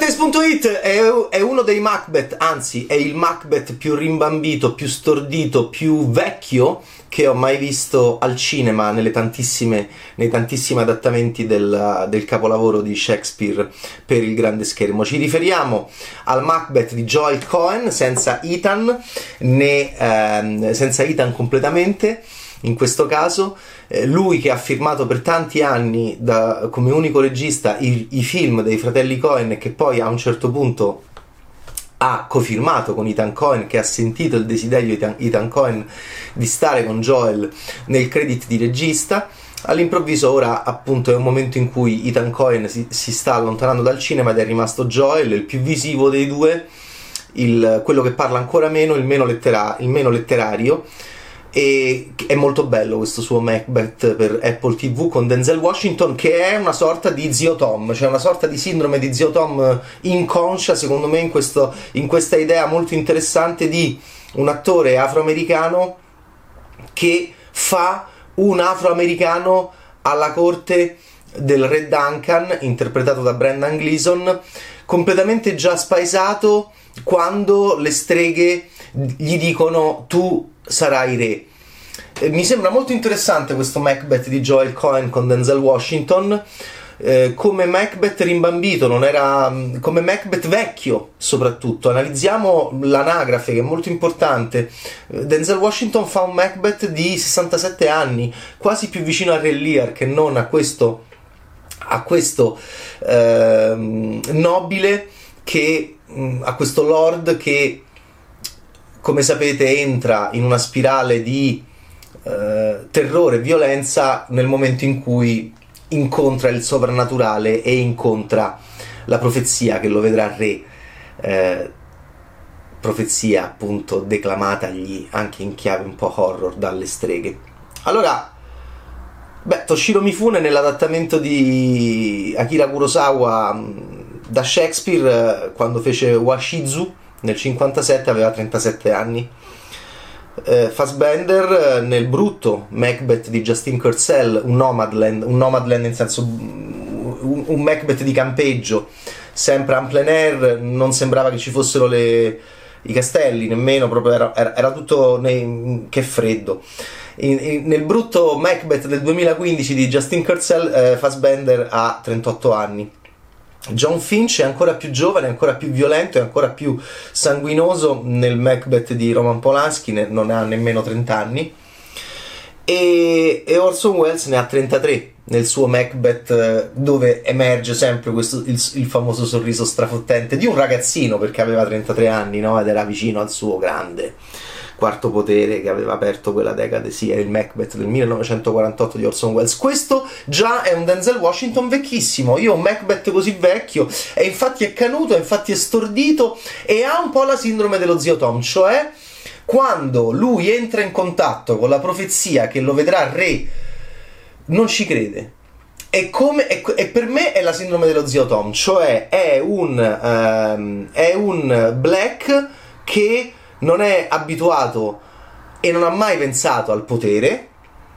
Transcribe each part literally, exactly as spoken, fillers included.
Games punto it è, è uno dei Macbeth, anzi è il Macbeth più rimbambito, più stordito, più vecchio che ho mai visto al cinema nelle tantissime, nei tantissimi adattamenti del, del capolavoro di Shakespeare per il grande schermo. Ci riferiamo al Macbeth di Joel Cohen, senza Ethan, né ehm, senza Ethan completamente. In questo caso, eh, lui che ha firmato per tanti anni da, come unico regista i, i film dei fratelli Coen, e che poi a un certo punto ha cofirmato con Ethan Coen, che ha sentito il desiderio di Ethan, Ethan Coen di stare con Joel nel credit di regista. All'improvviso ora appunto è un momento in cui Ethan Coen si, si sta allontanando dal cinema ed è rimasto Joel, il più visivo dei due, il, quello che parla ancora meno, il meno, lettera, il meno letterario. E è molto bello questo suo Macbeth per Apple tivù con Denzel Washington, che è una sorta di zio Tom, cioè una sorta di sindrome di zio Tom inconscia, secondo me, in, questo, in questa idea molto interessante di un attore afroamericano che fa un afroamericano alla corte del re Duncan, interpretato da Brendan Gleeson, completamente già spaesato quando le streghe gli dicono tu sarai re. Mi sembra molto interessante questo Macbeth di Joel Cohen con Denzel Washington, eh, come Macbeth rimbambito, non era come Macbeth vecchio. Soprattutto analizziamo l'anagrafe, che è molto importante. Denzel Washington fa un Macbeth di sessantasette anni, quasi più vicino a Re Lear che non a questo a questo eh, nobile, che a questo lord che, come sapete, entra in una spirale di eh, terrore e violenza nel momento in cui incontra il sovrannaturale e incontra la profezia che lo vedrà re, eh, profezia appunto declamatagli anche in chiave un po' horror dalle streghe. Allora, beh, Toshiro Mifune nell'adattamento di Akira Kurosawa da Shakespeare, quando fece Washizu nel cinquantasette, aveva trentasette anni. eh, Fassbender nel brutto Macbeth di Justin Kurzel, un Nomadland, un Nomadland nel senso un, un Macbeth di campeggio, sempre en plein air, non sembrava che ci fossero le, i castelli nemmeno, proprio era, era, era tutto nei, che freddo. In, in, nel brutto Macbeth del duemilaquindici di Justin Kurzel, eh, Fassbender ha trentotto anni. John Finch è ancora più giovane, ancora più violento e ancora più sanguinoso nel Macbeth di Roman Polanski, ne, non ha nemmeno trenta anni, e, e Orson Welles ne ha trentatré nel suo Macbeth, dove emerge sempre questo, il, il famoso sorriso strafottente di un ragazzino, perché aveva trentatré anni, no? Ed era vicino al suo grande quarto potere che aveva aperto quella decade. Sì, è il Macbeth del millenovecentoquarantotto di Orson Welles. Questo già è un Denzel Washington vecchissimo. Io ho un Macbeth così vecchio, e infatti è canuto, infatti è stordito, e ha un po' la sindrome dello zio Tom, cioè quando lui entra in contatto con la profezia che lo vedrà re, non ci crede. E, come, e, e per me è la sindrome dello zio Tom, cioè è un, um, è un black che non è abituato e non ha mai pensato al potere,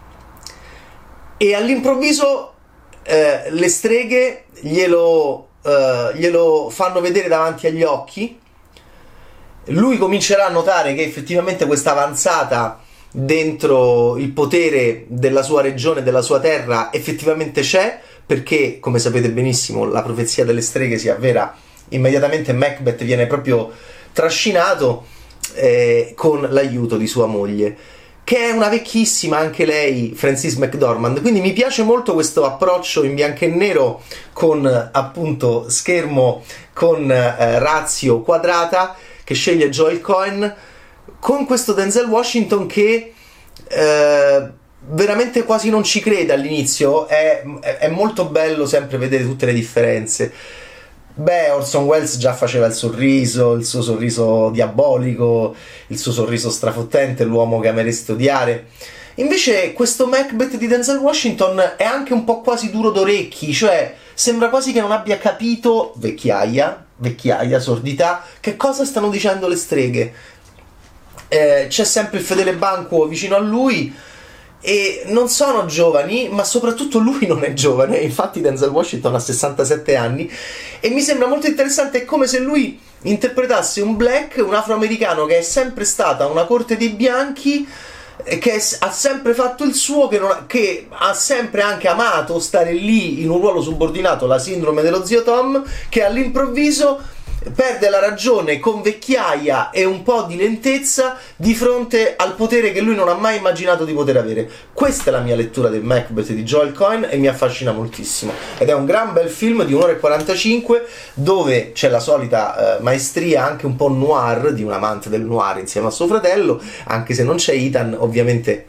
e all'improvviso eh, le streghe glielo, eh, glielo fanno vedere davanti agli occhi. Lui comincerà a notare che effettivamente questa avanzata dentro il potere della sua regione, della sua terra, effettivamente c'è, perché, come sapete benissimo, la profezia delle streghe si avvera immediatamente. Macbeth viene proprio trascinato eh, con l'aiuto di sua moglie, che è una vecchissima anche lei, Frances McDormand. Quindi mi piace molto questo approccio in bianco e nero, con appunto schermo con eh, ratio quadrata, che sceglie Joel Cohen, con questo Denzel Washington che eh, veramente quasi non ci crede all'inizio. È, è molto bello sempre vedere tutte le differenze. Beh, Orson Welles già faceva il sorriso, il suo sorriso diabolico, il suo sorriso strafottente, l'uomo che amereste odiare. Invece questo Macbeth di Denzel Washington è anche un po' quasi duro d'orecchi, cioè sembra quasi che non abbia capito, vecchiaia, vecchiaia, sordità, che cosa stanno dicendo le streghe. Eh, c'è sempre il fedele Banquo vicino a lui, e non sono giovani, ma soprattutto lui non è giovane, infatti Denzel Washington ha sessantasette anni, e mi sembra molto interessante, è come se lui interpretasse un black, un afroamericano che è sempre stata una corte dei bianchi, che è, ha sempre fatto il suo, che, non ha, che ha sempre anche amato stare lì in un ruolo subordinato, la sindrome dello zio Tom, che all'improvviso perde la ragione con vecchiaia e un po' di lentezza di fronte al potere che lui non ha mai immaginato di poter avere. Questa è la mia lettura del Macbeth di Joel Cohen e mi affascina moltissimo, ed è un gran bel film di un'ora e quarantacinque dove c'è la solita eh, maestria anche un po' noir di un amante del noir insieme a suo fratello, anche se non c'è Ethan ovviamente.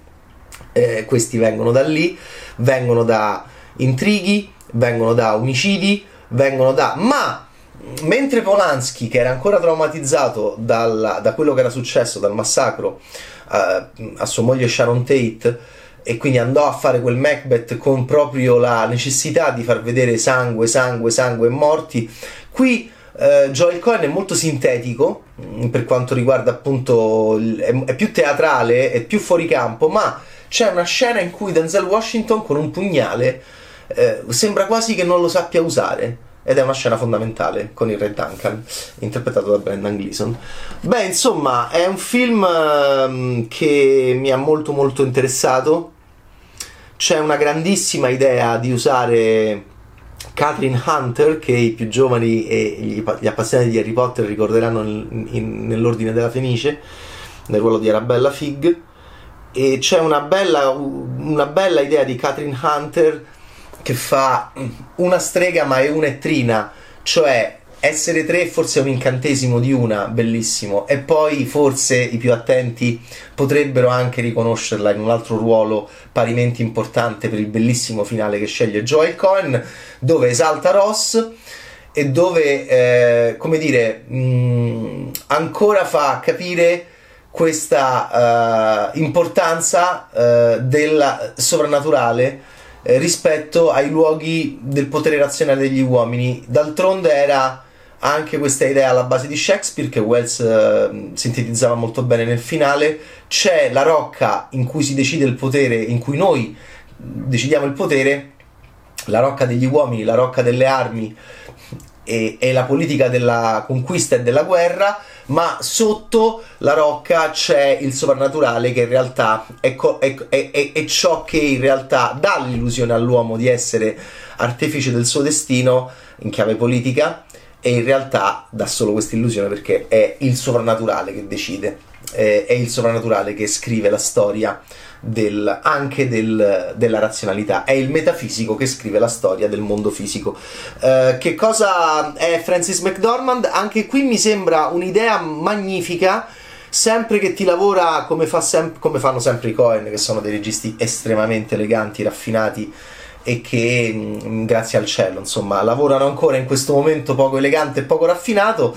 Eh, questi vengono da lì, vengono da intrighi, vengono da omicidi, vengono da... ma mentre Polanski, che era ancora traumatizzato dal, da quello che era successo, dal massacro uh, a sua moglie Sharon Tate, e quindi andò a fare quel Macbeth con proprio la necessità di far vedere sangue, sangue, sangue e morti, qui uh, Joel Cohen è molto sintetico mh, per quanto riguarda appunto il, è, è più teatrale, è più fuori campo, ma c'è una scena in cui Denzel Washington con un pugnale uh, sembra quasi che non lo sappia usare. Ed è una scena fondamentale con il Re Duncan, interpretato da Brendan Gleeson. Beh, insomma, è un film um, che mi ha molto molto interessato. C'è una grandissima idea di usare Kathleen Hunter, che i più giovani e gli, gli appassionati di Harry Potter ricorderanno in, in, nell'Ordine della Fenice, nel ruolo di Arabella Figg. E c'è una bella, una bella idea di Kathleen Hunter che fa una strega ma è un'ettrina, cioè essere tre forse è un incantesimo di una, bellissimo, e poi forse i più attenti potrebbero anche riconoscerla in un altro ruolo parimenti importante per il bellissimo finale che sceglie Joel Cohen, dove esalta Ross e dove, eh, come dire, mh, ancora fa capire questa uh, importanza uh, del sovrannaturale rispetto ai luoghi del potere razionale degli uomini. D'altronde era anche questa idea alla base di Shakespeare, che Wells eh, sintetizzava molto bene nel finale. C'è la rocca in cui si decide il potere, in cui noi decidiamo il potere, la rocca degli uomini, la rocca delle armi e, e la politica della conquista e della guerra, ma sotto la rocca c'è il soprannaturale, che in realtà è, co- è, è, è, è ciò che in realtà dà l'illusione all'uomo di essere artefice del suo destino in chiave politica, e in realtà dà solo questa illusione perché è il soprannaturale che decide, è, è il soprannaturale che scrive la storia del, anche del, della razionalità, è il metafisico che scrive la storia del mondo fisico. Uh, che cosa è Francis McDormand? Anche qui mi sembra un'idea magnifica, sempre che ti lavora come, fa sem- come fanno sempre i Coen, che sono dei registi estremamente eleganti, raffinati, e che mh, grazie al cielo insomma lavorano ancora in questo momento poco elegante e poco raffinato.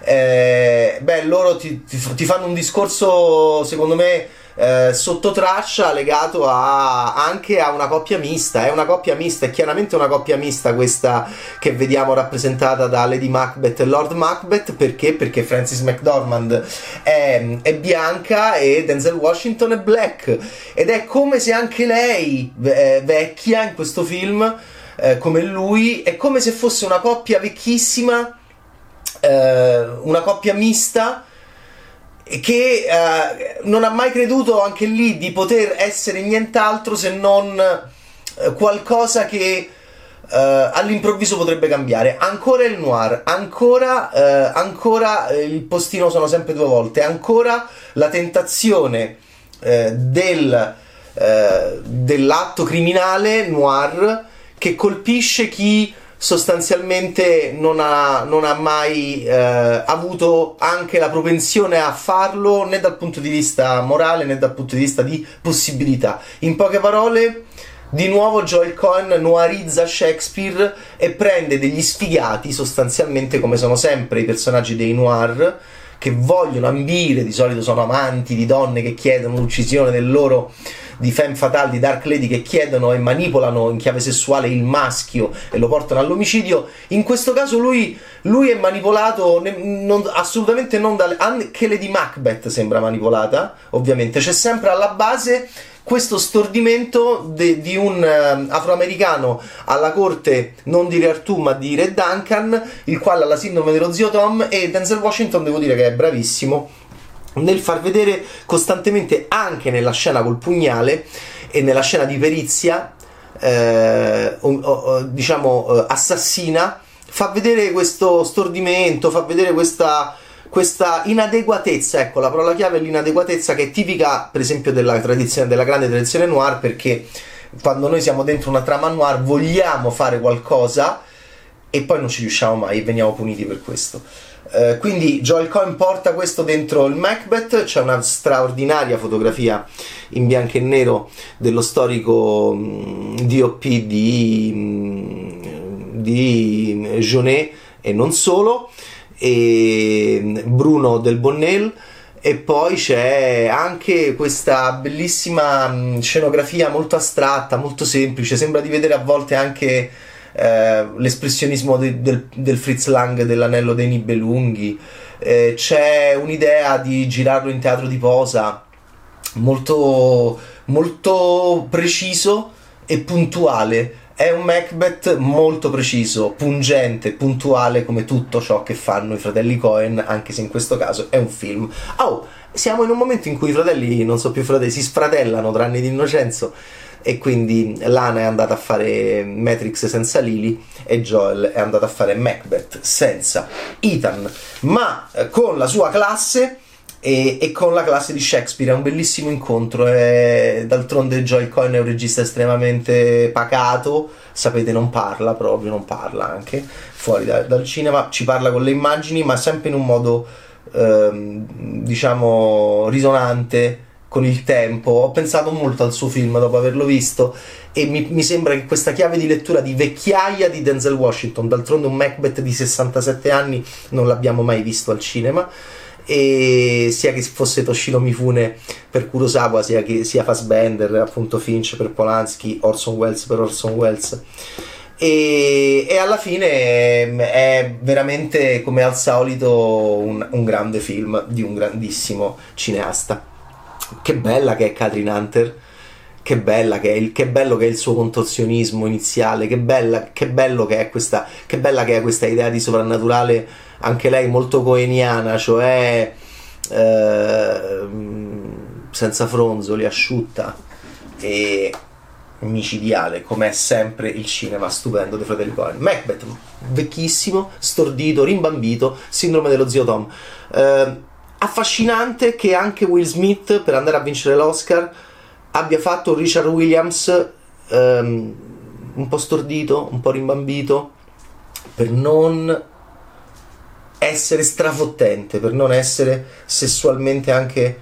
Eh, beh, loro ti, ti, ti fanno un discorso secondo me eh, sotto traccia legato a, anche a una coppia mista. È una coppia mista, è chiaramente una coppia mista questa che vediamo rappresentata da Lady Macbeth e Lord Macbeth. Perché? Perché Frances McDormand è, è bianca e Denzel Washington è black, ed è come se anche lei eh, vecchia in questo film eh, come lui, è come se fosse una coppia vecchissima, eh, una coppia mista che eh, non ha mai creduto anche lì di poter essere nient'altro se non eh, qualcosa che eh, all'improvviso potrebbe cambiare. Ancora il noir, ancora, eh, ancora il postino sono sempre due volte, ancora la tentazione eh, del, eh, dell'atto criminale noir che colpisce chi sostanzialmente non ha, non ha mai eh, avuto anche la propensione a farlo, né dal punto di vista morale né dal punto di vista di possibilità. In poche parole, di nuovo Joel Cohen noirizza Shakespeare e prende degli sfigati, sostanzialmente, come sono sempre i personaggi dei noir, che vogliono ambire, di solito sono amanti di donne che chiedono l'uccisione del loro, di femme fatale, di dark lady, che chiedono e manipolano in chiave sessuale il maschio e lo portano all'omicidio. In questo caso lui, lui è manipolato ne, non, assolutamente non dalle... Anche Lady Macbeth sembra manipolata, ovviamente. C'è sempre alla base questo stordimento de, di un uh, afroamericano alla corte non di Re Artù ma di Re Duncan, il quale ha la sindrome dello zio Tom, e Denzel Washington devo dire che è bravissimo nel far vedere costantemente, anche nella scena col pugnale e nella scena di perizia eh, o, o, diciamo eh, assassina, fa vedere questo stordimento, fa vedere questa, questa inadeguatezza, ecco, la parola chiave è l'inadeguatezza, che è tipica per esempio della tradizione, della grande tradizione noir, perché quando noi siamo dentro una trama noir vogliamo fare qualcosa e poi non ci riusciamo mai e veniamo puniti per questo. Uh, quindi Joel Cohen porta questo dentro il Macbeth. C'è una straordinaria fotografia in bianco e nero dello storico mh, D O P di, mh, di Jeunet e non solo, e Bruno Del Bonnel, e poi c'è anche questa bellissima mh, scenografia molto astratta, molto semplice, sembra di vedere a volte anche Eh, l'espressionismo de, del, del Fritz Lang dell'Anello dei Nibelunghi. Eh, c'è un'idea di girarlo in teatro di posa molto, molto preciso e puntuale. È un Macbeth molto preciso, pungente, puntuale, come tutto ciò che fanno i fratelli Coen, anche se in questo caso è un film. Oh, siamo in un momento in cui i fratelli non so più fratelli, si sfratellano tra anni di innocenza, e quindi Lana è andata a fare Matrix senza Lily e Joel è andato a fare Macbeth senza Ethan, ma eh, con la sua classe e, e con la classe di Shakespeare. È un bellissimo incontro, e d'altronde Joel Cohen è un regista estremamente pacato, sapete, non parla proprio, non parla anche fuori da, dal cinema, ci parla con le immagini ma sempre in un modo ehm, diciamo risonante con il tempo. Ho pensato molto al suo film dopo averlo visto e mi, mi sembra che questa chiave di lettura di vecchiaia di Denzel Washington, d'altronde un Macbeth di sessantasette anni non l'abbiamo mai visto al cinema, e sia che fosse Toshiro Mifune per Kurosawa, sia che sia Fassbender, appunto Finch per Polanski, Orson Welles per Orson Welles, e, e alla fine è, è veramente come al solito un, un grande film di un grandissimo cineasta. Che bella che è Catherine Hunter, che bella che è il, che bello che è il suo contorsionismo iniziale, che bella, che bello che è questa, che bella che è questa idea di soprannaturale, anche lei molto coeniana, cioè eh, senza fronzoli, asciutta e micidiale, come è sempre il cinema stupendo dei fratelli Coen. Macbeth, vecchissimo, stordito, rimbambito, sindrome dello zio Tom. Eh, affascinante che anche Will Smith, per andare a vincere l'Oscar, abbia fatto Richard Williams um, un po' stordito, un po' rimbambito, per non essere strafottente, per non essere sessualmente anche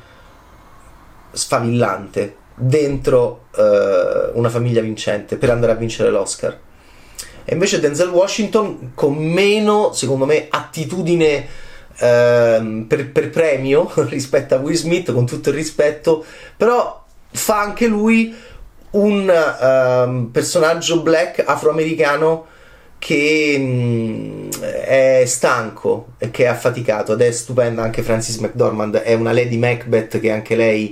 sfavillante dentro uh, una famiglia vincente, per andare a vincere l'Oscar. E invece Denzel Washington con meno, secondo me, attitudine Uh, per, per premio rispetto a Will Smith, con tutto il rispetto, però fa anche lui un uh, personaggio black afroamericano che mh, è stanco e che è affaticato, ed è stupenda. Anche Frances McDormand è una Lady Macbeth che anche lei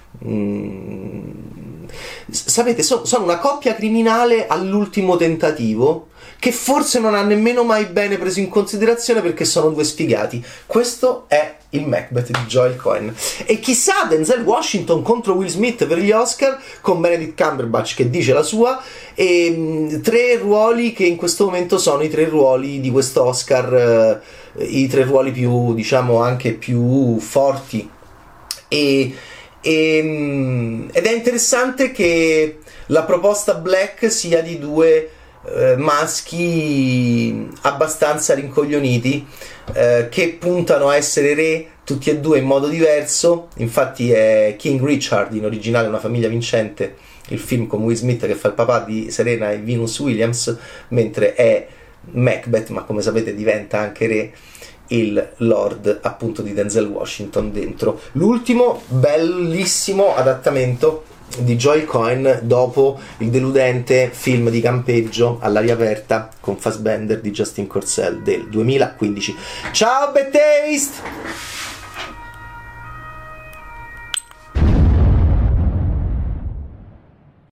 mh, sapete, so, sono una coppia criminale all'ultimo tentativo, che forse non ha nemmeno mai bene preso in considerazione perché sono due sfigati. Questo è il Macbeth di Joel Cohen. E chissà Denzel Washington contro Will Smith per gli Oscar, con Benedict Cumberbatch che dice la sua, e mh, tre ruoli che in questo momento sono i tre ruoli di questo Oscar, eh, i tre ruoli più, diciamo, anche più forti. E, e mh, ed è interessante che la proposta black sia di due Uh, maschi abbastanza rincoglioniti, uh, che puntano a essere re tutti e due in modo diverso. Infatti è King Richard in originale, Una famiglia vincente, il film con Will Smith che fa il papà di Serena e Venus Williams, mentre è Macbeth, ma come sapete diventa anche re, il Lord appunto di Denzel Washington dentro l'ultimo bellissimo adattamento di Joel Cohen dopo il deludente film di campeggio all'aria aperta con Fassbender di Justin Kurzel del duemilaquindici. Ciao Bad Taste!